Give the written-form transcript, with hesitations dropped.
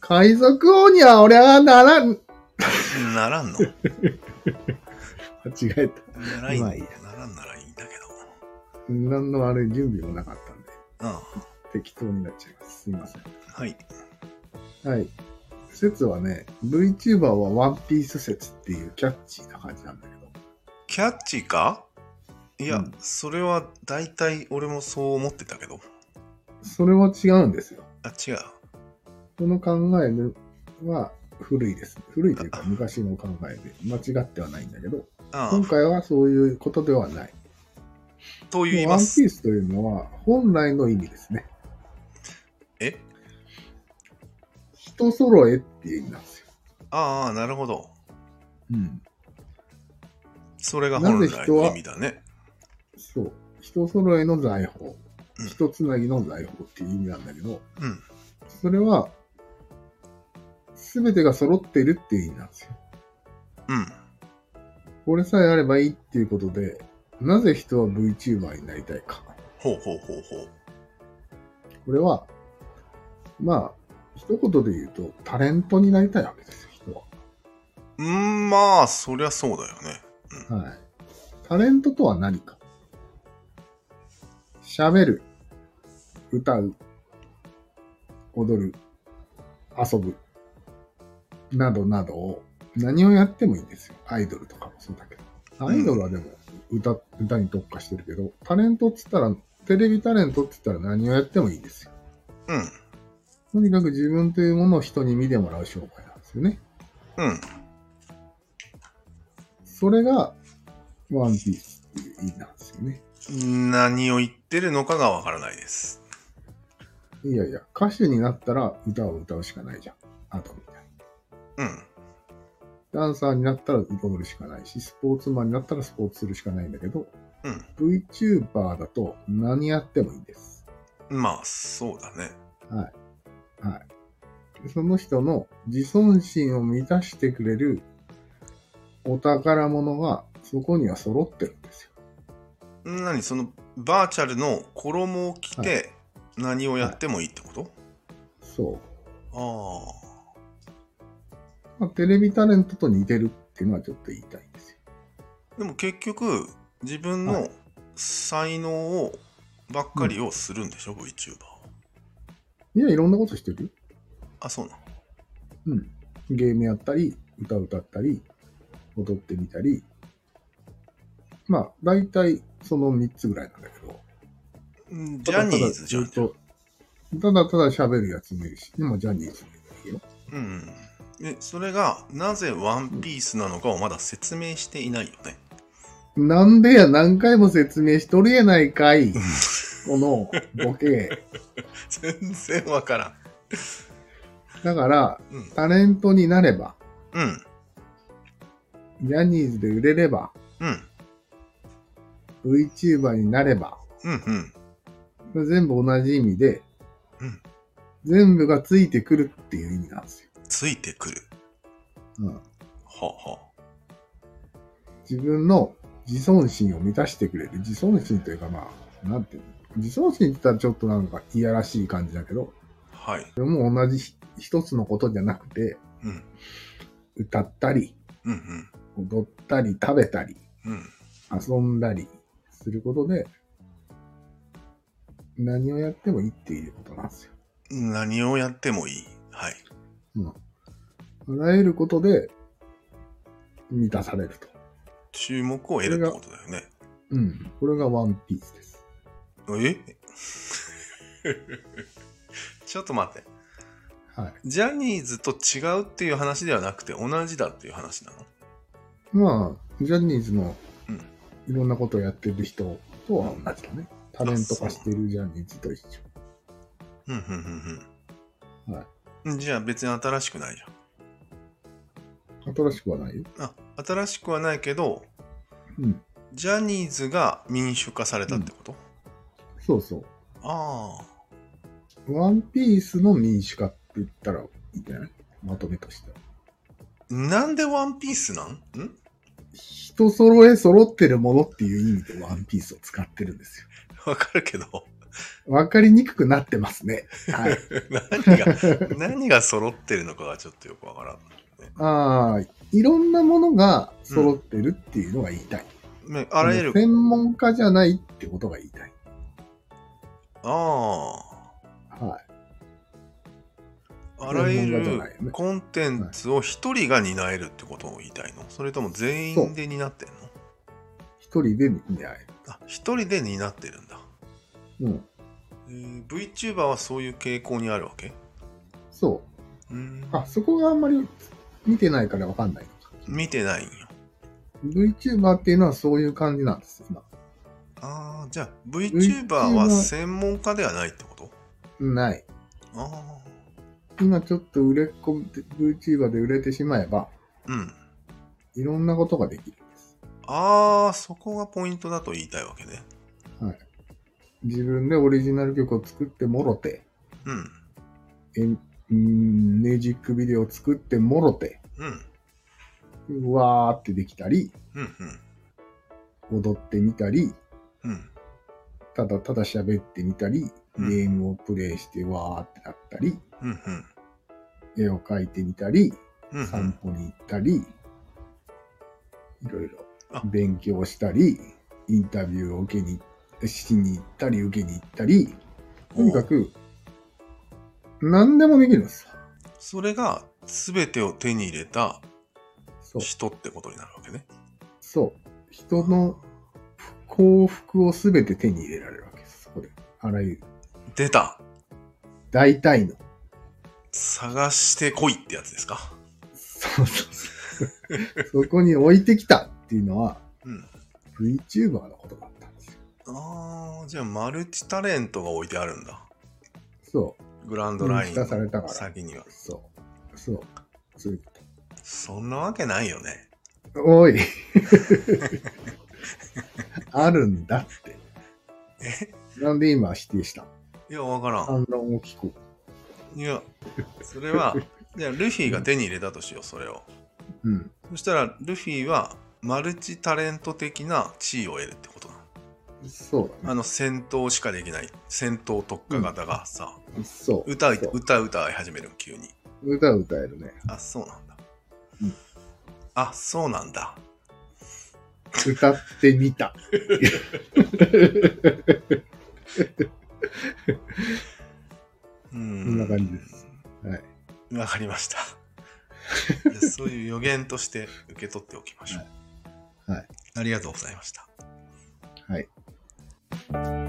海賊王には俺はならん。 ならんの間違えた。 ならんまあいいやならんならいいんだけ何の悪い準備もなかったんで、 ど。 適当になっちゃいます。すいません。 はい。 はい。説はね、VTuber はワンピース説っていうキャッチーな感じなんだけど。 キャッチーか？いや、 それは大体俺もそう思ってたけど。 それは違うんですよ。 あ、違う。 この考えは古いです。古いというか昔の考えで間違ってはないんだけど、今回はそういうことではない。 と言いワンピます。 ースというのは本来の意味ですね。 え？ 人揃えっていう意味なんですよ。 ああ、なるほど。 うん。 それが本来の意味だね。 そう。人揃えの財宝。人つなぎの財宝っていう意味なんだけど、 うん。 それは、すべてが揃っているっていう意味なんですよ。 うん。 これさえあればいいっていうことで、なぜ人は VTuber になりたいか。 ほうほうほうほう。 これは、まあ、一言で言うと、タレントになりたいわけですよ、人は。 まあ、そりゃそうだよね。 はい。タレントとは何か。喋る、歌う、踊る、遊ぶ、などなどを何をやってもいいんですよ。アイドルとかもそうだけど。アイドルはでも歌に特化してるけど、タレントっつったら、テレビタレントって言ったら何をやってもいいんですよ。 うん。 とにかく自分というものを人に見てもらう商売なんですよね。 うん。 それがワンピースっていう意味なんですよね。 何を言ってるのかがわからないです。 いやいや、歌手になったら歌を歌うしかないじゃん。あとみたいに。 うん。 ダンサーになったら踊るしかないし、スポーツマンになったらスポーツするしかないんだけど、 うん。 VTuber だと何やってもいいんです。 まあ、そうだね。 はい。はい。その人の自尊心を満たしてくれるお宝物がそこには揃ってるんですよ。 そのバーチャルの衣を着て何をやってもいいってこと？ そう。 あまあ、テレビタレントと似てるっていうのはちょっと言いたいんですよ。 あ。でも結局自分の才能をばっかりをするんでしょ、VTuber。 いや、いろんなことしてるよ。 あ、そうなの。 うん。ゲームやったり、歌ったり、踊ってみたり。まあ、大体その3つぐらいなんだけど。 ジャニーズじゃん。 ただただ喋るやつもいるし、でもジャニーズもいるよ。 うん。で、それがなぜワンピースなのかをまだ説明していないよね。 なんでや、何回も説明しとるやないかい。このボケ。 全然わからん。 だから、タレントになれば、 うん。 ジャニーズで売れれば、 うん。 VTuber になれば、 うん。 これ全部同じ意味で、 うん。 全部がついてくるっていう意味なんですよ。 ついてくる。 うん。 はは。 自分の自尊心を満たしてくれる。自尊心というかまあ、なんていうの。自尊心って言ったらちょっとなんかいやらしい感じだけど、 はい。 でも同じ一つのことじゃなくて、 うん。 歌ったり、 うん踊ったり、食べたり、 うん。うん。 遊んだりすることで、何をやってもいいっていうことなんですよ。 何をやってもいい。はい。 うん。あらゆることで満たされると。 注目を得るってことだよね。 うん。これがワンピースです。 えちょっと待って。 はい。 ジャニーズと違うっていう話ではなくて同じだっていう話なの？ まあ、ジャニーズのいろんなことをやってる人とは同じだね。タレント化しているジャニーズと一緒。はい。 じゃあ別に新しくないじゃん。新しくはないよ。 新しくはないけど、 うん。 ジャニーズが民主化されたってこと？ そうそう。 ああ。 ワンピースの民主化って言ったらいいんじゃない？まとめとしては。 なんでワンピース人揃ってるものっていう意味でワンピースを使ってるんですよ。 わかるけど、 わかりにくくなってますね。はい。 何が揃ってるのかがちょっとよくわからん、ね。 ああ、いろんなものが揃ってるっていうのが言いたい。 あらゆる。 専門家じゃないってことが言いたい。 ああ。 はい。 あらゆるコンテンツを一人が担えるってことを言いたいの？それとも全員で担ってんの？ 一人で担える。 あ、一人で担ってるんだ。 うん。 VTuber はそういう傾向にあるわけ？ そう。あ、そこがあんまり見てないからわかんないのか。 見てないんよ。 VTuber っていうのはそういう感じなんですよ、今。 ああ、じゃあ VTuber は専門家ではないってこと？ ない。 ああ。 今ちょっと売れっ子 VTuber で売れてしまえば、 うん。 いろんなことができるんです。 ああ、そこがポイントだと言いたいわけね。 はい。自分でオリジナル曲を作ってもろて、 うん。 ミュージックビデオを作ってもろて、うわーってできたり、踊ってみたり、ただただ喋ってみたり、ゲームをプレイしてわーってなったり、絵を描いてみたり、散歩に行ったり、いろいろ勉強したり、インタビューをしに行ったり、受けに行ったり、とにかく、何でもできるんですよ。 それが全てを手に入れた人ってことになるわけね。 そう。人の幸福を全て手に入れられるわけです。そこで。あらゆる。 出た。 大体の。 探してこいってやつですか。 そうそうそう。そこに置いてきたっていうのは、VTuber のことだったんですよ。 ああ、じゃあマルチタレントが置いてあるんだ。 そう。 グランドラインの先には。 そう。そう。そういうこと。 そんなわけないよね。 おい。あるんだって。なんで今否定した？ いや、わからん。 反論を聞く。 いや、それは、じゃあルフィが手に入れたとしよう、それを。そしたら、ルフィはマルチタレント的な地位を得るってことなの。 そうだね。 戦闘しかできない戦闘特化型がさ、歌い始める急に。 歌えるね。 あ、そうなんだ。あ、そうなんだ。 歌ってみた。こんな感じです。はい。 わかりました。そういう予言として受け取っておきましょう。 はい。 ありがとうございました。 はい。